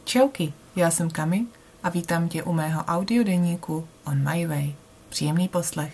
Čauky, já jsem Kami a vítám tě u mého audiodeníku On My Way. Příjemný poslech.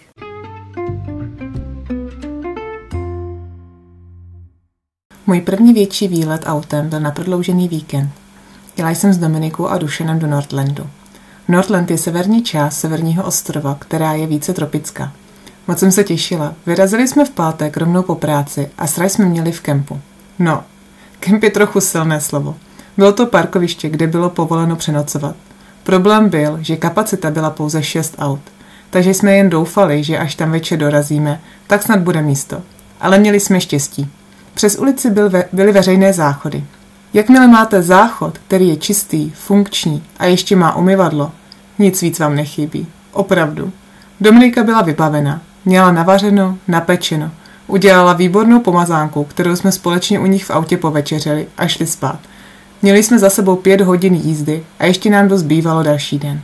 Můj první větší výlet autem byl na prodloužený víkend. Jela jsem s Dominikou a Dušanem do Nordlandu. Nordland je severní část severního ostrova, která je více tropická. Moc jsem se těšila. Vyrazili jsme v pátek rovnou po práci a sraj jsme měli v kempu. No, kemp je trochu silné slovo. Bylo to parkoviště, kde bylo povoleno přenocovat. Problém byl, že kapacita byla pouze 6 aut, takže jsme jen doufali, že až tam večer dorazíme, tak snad bude místo. Ale měli jsme štěstí. Přes ulici byly veřejné záchody. Jakmile máte záchod, který je čistý, funkční a ještě má umyvadlo, nic víc vám nechybí. Opravdu. Dominika byla vybavena, měla navařeno, napečeno, udělala výbornou pomazánku, kterou jsme společně u nich v autě povečeřili a šli spát. Měli jsme za sebou 5 hodin jízdy a ještě nám dost bývalo další den.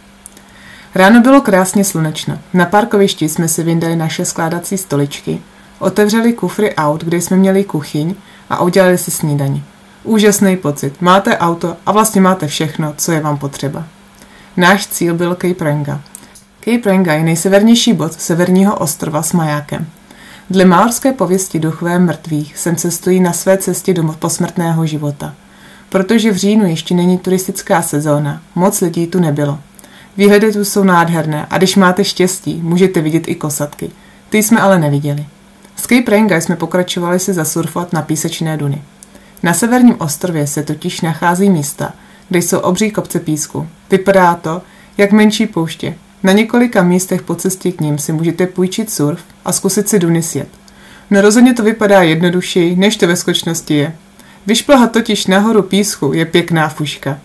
Ráno bylo krásně slunečno. Na parkovišti jsme si vyndali naše skládací stoličky, otevřeli kufry aut, kde jsme měli kuchyň a udělali si snídani. Úžasný pocit. Máte auto a vlastně máte všechno, co je vám potřeba. Náš cíl byl Cape Ranga. Cape Ranga je nejsevernější bod severního ostrova s majákem. Dle maorské pověsti duchové mrtvých sem se stojí na své cestě do posmrtného života. Protože v říjnu ještě není turistická sezóna, moc lidí tu nebylo. Výhledy tu jsou nádherné a když máte štěstí, můžete vidět i kosatky. Ty jsme ale neviděli. Z Cape Ranga jsme pokračovali si zasurfovat na písečné duny. Na severním ostrově se totiž nachází místa, kde jsou obří kopce písku. Vypadá to, jak menší pouště. Na několika místech po cestě k ním si můžete půjčit surf a zkusit si duny sjet. No rozhodně to vypadá jednodušeji, než to ve skutečnosti je. Vyšplhat totiž nahoru písku je pěkná fuška.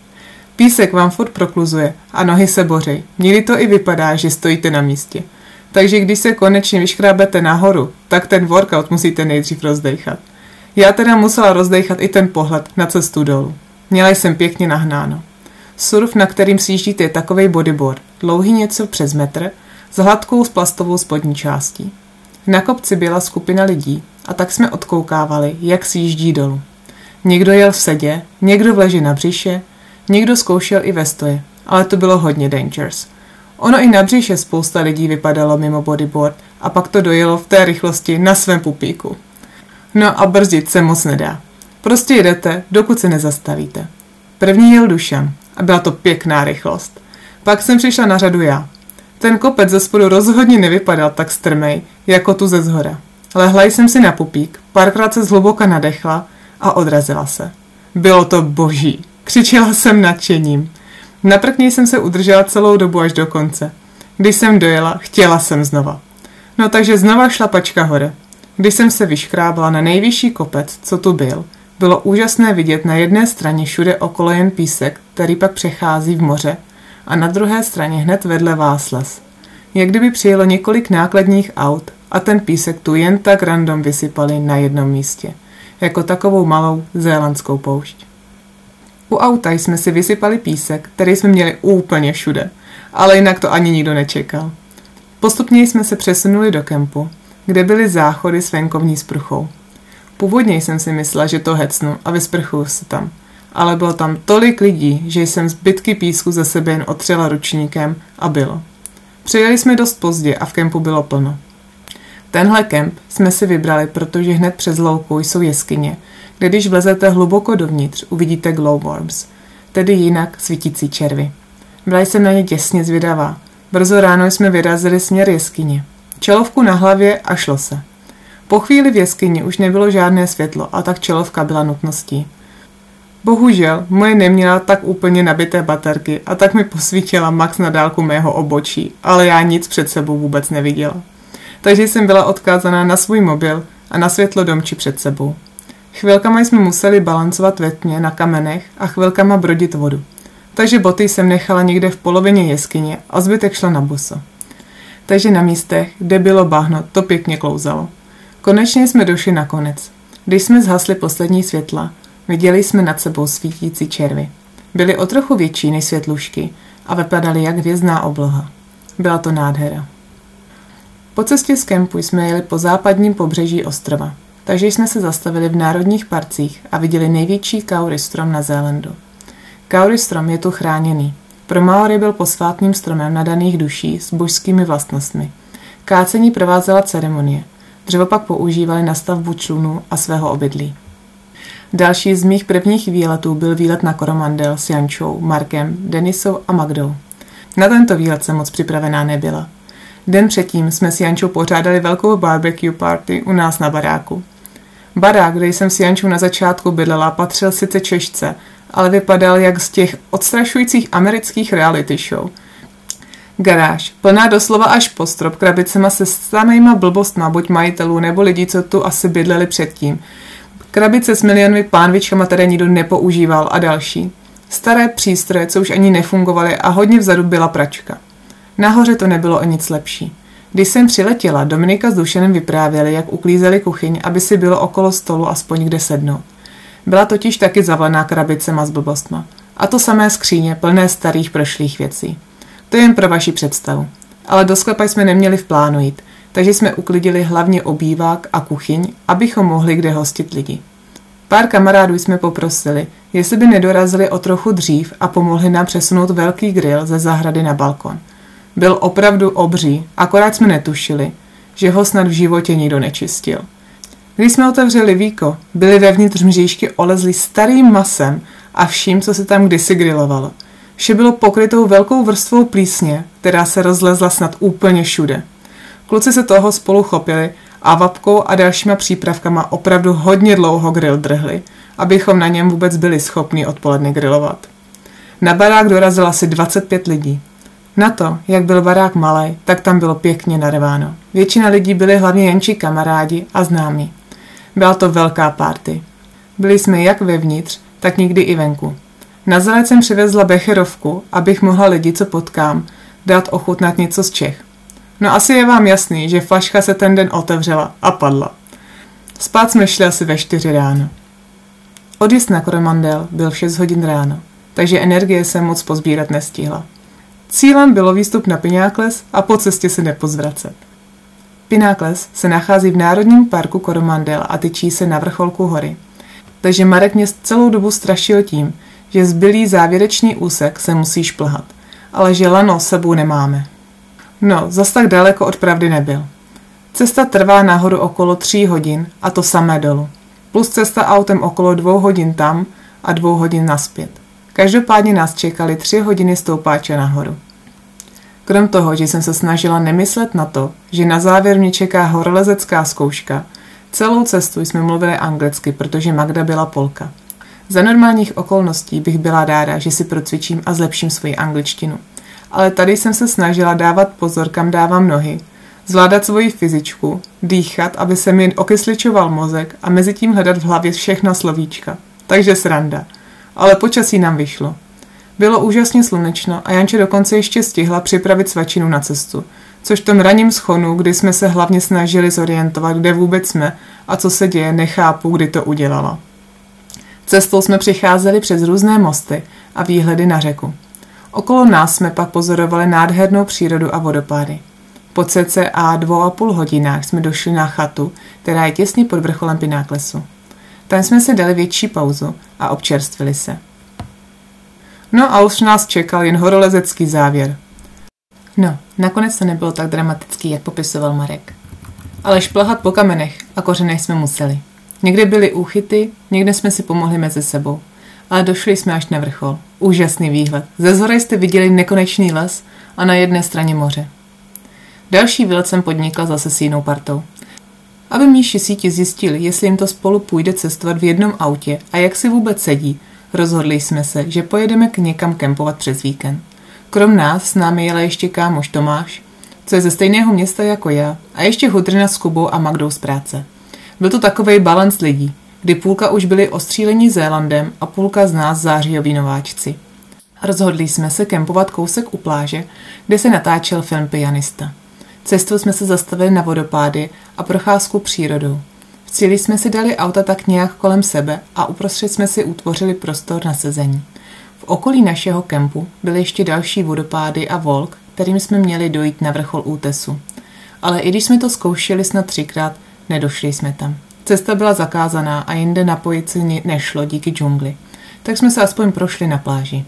Písek vám furt prokluzuje a nohy se bořej. Někdy to i vypadá, že stojíte na místě. Takže když se konečně vyškrábete nahoru, tak ten workout musíte nejdřív rozdejchat. Já teda musela rozdejchat i ten pohled na cestu dolů. Měla jsem pěkně nahnáno. Surf, na kterým sjíždíte, je takovej bodyboard, dlouhý něco přes metr, s hladkou plastovou spodní částí. Na kopci byla skupina lidí a tak jsme odkoukávali, jak sjíždí dolů. Někdo jel v sedě, někdo v leži na břiše, někdo zkoušel i ve stoje, ale to bylo hodně dangerous. Ono i na břiše spousta lidí vypadalo mimo bodyboard a pak to dojelo v té rychlosti na svém pupíku. No a brzdit se moc nedá. Prostě jedete, dokud se nezastavíte. První jel Dušan a byla to pěkná rychlost. Pak jsem přišla na řadu já. Ten kopec ze spodu rozhodně nevypadal tak strmej, jako tu ze zhora. Lehla jsem si na pupík, párkrát se zhluboka nadechla a odrazila se. Bylo to boží. Křičela jsem nadšením. Na prkni jsem se udržela celou dobu až do konce. Když jsem dojela, chtěla jsem znova. No takže znova šlapačka hore. Když jsem se vyškrábala na nejvyšší kopec, co tu byl, bylo úžasné vidět na jedné straně všude okolo jen písek, který pak přechází v moře, a na druhé straně hned vedle vás les. Jak kdyby přijelo několik nákladních aut a ten písek tu jen tak random vysypali na jednom místě, jako takovou malou zélandskou poušť. U auta jsme si vysypali písek, který jsme měli úplně všude, ale jinak to ani nikdo nečekal. Postupně jsme se přesunuli do kempu, kde byly záchody s venkovní sprchou. Původně jsem si myslela, že to hecnu a vysprchuju se tam, ale bylo tam tolik lidí, že jsem zbytky písku ze sebe jen otřela ručníkem a bylo. Přijeli jsme dost pozdě a v kempu bylo plno. Tenhle kemp jsme si vybrali, protože hned přes louku jsou jeskyně, kde když vlezete hluboko dovnitř, uvidíte glowworms, tedy jinak svítící červy. Byla jsem na ně děsně zvědavá. Brzo ráno jsme vyrazili směr jeskyně. Čelovku na hlavě a šlo se. Po chvíli v jeskyni už nebylo žádné světlo a tak čelovka byla nutností. Bohužel moje neměla tak úplně nabité baterky a tak mi posvítila max na dálku mého obočí, ale já nic před sebou vůbec neviděla. Takže jsem byla odkázaná na svůj mobil a na světlo domči před sebou. Chvilkama jsme museli balancovat ve tmě na kamenech a chvilkama brodit vodu. Takže boty jsem nechala někde v polovině jeskyně a zbytek šla na boso. Takže na místech, kde bylo bahno, to pěkně klouzalo. Konečně jsme došli na konec. Když jsme zhasli poslední světla, viděli jsme nad sebou svítící červy. Byly o trochu větší než světlušky a vypadaly jak hvězdná obloha. Byla to nádhera. Po cestě z kempu jsme jeli po západním pobřeží ostrova, takže jsme se zastavili v národních parcích a viděli největší kaury strom na Zélandu. Kauri strom je tu chráněný. Pro Maory byl posvátným stromem nadaných duší s božskými vlastnostmi. Kácení provázela ceremonie. Dřevo pak používali na stavbu člunů a svého obydlí. Další z mých prvních výletů byl výlet na Coromandel s Jančou, Markem, Denisou a Magdou. Na tento výlet jsem moc připravená nebyla. Den předtím jsme s Jančou pořádali velkou barbecue party u nás na baráku. Barák, kde jsem s Jančou na začátku bydlela, patřil sice Češce, ale vypadal jak z těch odstrašujících amerických reality show. Garáž, plná doslova až po strop krabicema se samejma blbostma buď majitelů nebo lidí, co tu asi bydleli předtím. Krabice s milionovými pánvičkama tady nikdo nepoužíval a další. Staré přístroje, co už ani nefungovaly a hodně vzadu byla pračka. Nahoře to nebylo o nic lepší. Když jsem přiletěla, Dominika s Dušanem vyprávěli, jak uklízeli kuchyň, aby si bylo okolo stolu aspoň kde sednout. Byla totiž taky zavalená krabicema s blbostma. A to samé skříně, plné starých prošlých věcí. To je jen pro vaši představu. Ale do sklepa jsme neměli v plánu jít, takže jsme uklidili hlavně obývák a kuchyň, abychom mohli kde hostit lidi. Pár kamarádů jsme poprosili, jestli by nedorazili o trochu dřív a pomohli nám přesunout velký grill ze zahrady na balkon. Byl opravdu obří, akorát jsme netušili, že ho snad v životě nikdo nečistil. Když jsme otevřeli víko, byly vevnitř mřížky olezlý starým masem a vším, co se tam kdysi grilovalo. Vše bylo pokrytou velkou vrstvou plísně, která se rozlezla snad úplně všude. Kluci se toho spolu chopili a vapkou a dalšíma přípravkama opravdu hodně dlouho grill drhli, abychom na něm vůbec byli schopni odpoledne grilovat. Na barák dorazilo asi 25 lidí. Na to, jak byl barák malej, tak tam bylo pěkně narváno. Většina lidí byli hlavně jenčí kamarádi a známí. Byla to velká party. Byli jsme jak vevnitř, tak někdy i venku. Na zálet jsem přivezla becherovku, abych mohla lidi, co potkám, dát ochutnat něco z Čech. No asi je vám jasný, že flaška se ten den otevřela a padla. Spát jsme šli asi ve 4 ráno. Odjezd na Coromandel byl v 6 hodin ráno, takže energie jsem moc pozbírat nestihla. Cílem bylo výstup na Pinákles a po cestě se nepozvracet. Pinákles se nachází v Národním parku Coromandel a tyčí se na vrcholku hory. Takže Marek mě celou dobu strašil tím, že zbylý závěrečný úsek se musí šplhat, ale že lano s sebou nemáme. No, zas tak daleko od pravdy nebyl. Cesta trvá nahoru okolo 3 hodin a to samé dolů. Plus cesta autem okolo 2 hodin tam a 2 hodin nazpět. Každopádně nás čekaly 3 hodiny stoupáče nahoru. Krom toho, že jsem se snažila nemyslet na to, že na závěr mě čeká horolezecká zkouška, celou cestu jsme mluvili anglicky, protože Magda byla Polka. Za normálních okolností bych byla ráda, že si procvičím a zlepším svoji angličtinu. Ale tady jsem se snažila dávat pozor, kam dávám nohy, zvládat svoji fyzičku, dýchat, aby se mi okysličoval mozek a mezi tím hledat v hlavě všechna slovíčka. Takže sranda. Ale počasí nám vyšlo. Bylo úžasně slunečno a Janče dokonce ještě stihla připravit svačinu na cestu, což v tom ranním schonu, kdy jsme se hlavně snažili zorientovat, kde vůbec jsme a co se děje, nechápu, kdy to udělala. Cestou jsme přicházeli přes různé mosty a výhledy na řeku. Okolo nás jsme pak pozorovali nádhernou přírodu a vodopády. Po cca 2,5 hodinách jsme došli na chatu, která je těsně pod vrcholem Pináklesu. Tam jsme si dali větší pauzu a občerstvili se. No a už nás čekal jen horolezecký závěr. No, nakonec to nebylo tak dramatický, jak popisoval Marek. Ale šplhat po kamenech a kořenech jsme museli. Někde byly úchyty, někde jsme si pomohli mezi sebou. Ale došli jsme až na vrchol. Úžasný výhled. Ze zhora jste viděli nekonečný les a na jedné straně moře. Další výlet jsem podnikla zase s jinou partou. Aby míši síti zjistili, jestli jim to spolu půjde cestovat v jednom autě a jak si vůbec sedí, rozhodli jsme se, že pojedeme k někam kempovat přes víkend. Krom nás s námi jela ještě kámoš Tomáš, co je ze stejného města jako já, a ještě Hudrina s Kubou a Magdou z práce. Byl to takovej balans lidí, kdy půlka už byli ostřílení Zélandem a půlka z nás zářijoví nováčci. Rozhodli jsme se kempovat kousek u pláže, kde se natáčel film Pianista. Cestou jsme se zastavili na vodopády a procházku přírodou. V cíli jsme si dali auta tak nějak kolem sebe a uprostřed jsme si utvořili prostor na sezení. V okolí našeho kempu byly ještě další vodopády a volk, kterým jsme měli dojít na vrchol útesu. Ale i když jsme to zkoušeli snad 3krát, nedošli jsme tam. Cesta byla zakázaná a jinde napojit si nešlo díky džungli. tak jsme se aspoň prošli na pláži.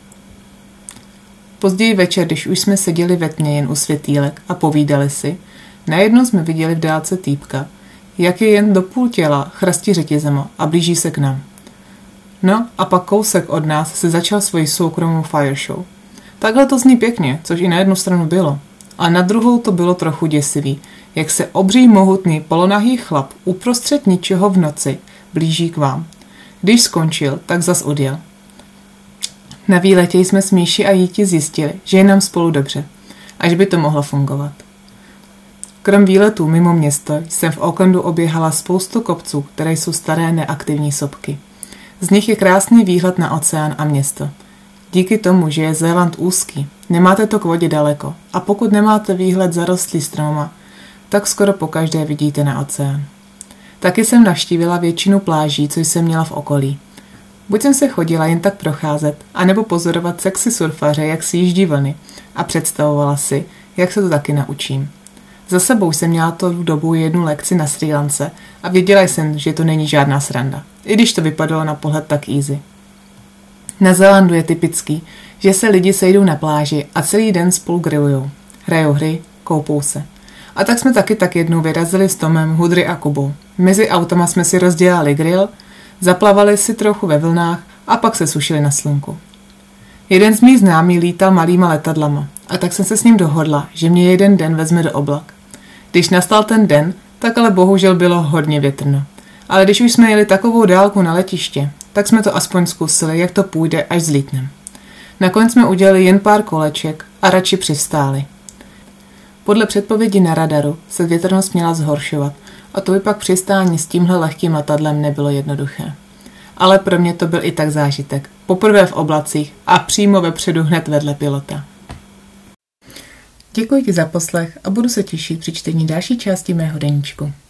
Později večer, když už jsme seděli ve tmě jen u světýlek a povídali si, najednou jsme viděli v dálce týpka, jak je jen do půl těla chrastí řetězema a blíží se k nám. No a pak kousek od nás se začal svoji soukromou fire show. Takhle to zní pěkně, což i na jednu stranu bylo. A na druhou to bylo trochu děsivý, jak se obří mohutný polonahý chlap uprostřed ničeho v noci blíží k vám. Když skončil, tak zas odjel. Na výletě jsme s Míši a Jíti zjistili, že je nám spolu dobře, až by to mohlo fungovat. Krom výletů mimo město jsem v Aucklandu oběhala spoustu kopců, které jsou staré neaktivní sopky. Z nich je krásný výhled na oceán a město. Díky tomu, že je Zéland úzký, nemáte to k vodě daleko a pokud nemáte výhled zarostlý stromama, tak skoro pokaždé vidíte na oceán. Taky jsem navštívila většinu pláží, co jsem měla v okolí. Buď jsem se chodila jen tak procházet, anebo pozorovat sexy surfaře, jak si jíždí vlny a představovala si, jak se to taky naučím. Za sebou jsem měla tu dobu jednu lekci na Srí Lance a věděla jsem, že to není žádná sranda, i když to vypadalo na pohled tak easy. Na Zélandu je typický, že se lidi sejdou na pláži a celý den spolu grillujou, hrajou hry, koupou se. A tak jsme taky tak jednou vyrazili s Tomem, Hudry a Kubou. Mezi autama jsme si rozdělali grill, zaplavali si trochu ve vlnách a pak se sušili na slunku. Jeden z mých známých lítal malýma letadlama a tak jsem se s ním dohodla, že mě jeden den vezme do oblak. Když nastal ten den, tak ale bohužel bylo hodně větrno. Ale když už jsme jeli takovou dálku na letiště, tak jsme to aspoň zkusili, jak to půjde, až zlítnem. Nakonec jsme udělali jen pár koleček a radši přistáli. Podle předpovědi na radaru se větrnost měla zhoršovat a to by pak přistání s tímhle lehkým letadlem nebylo jednoduché. Ale pro mě to byl i tak zážitek. Poprvé v oblacích a přímo vepředu hned vedle pilota. Děkuji ti za poslech a budu se těšit při čtení další části mého deníčku.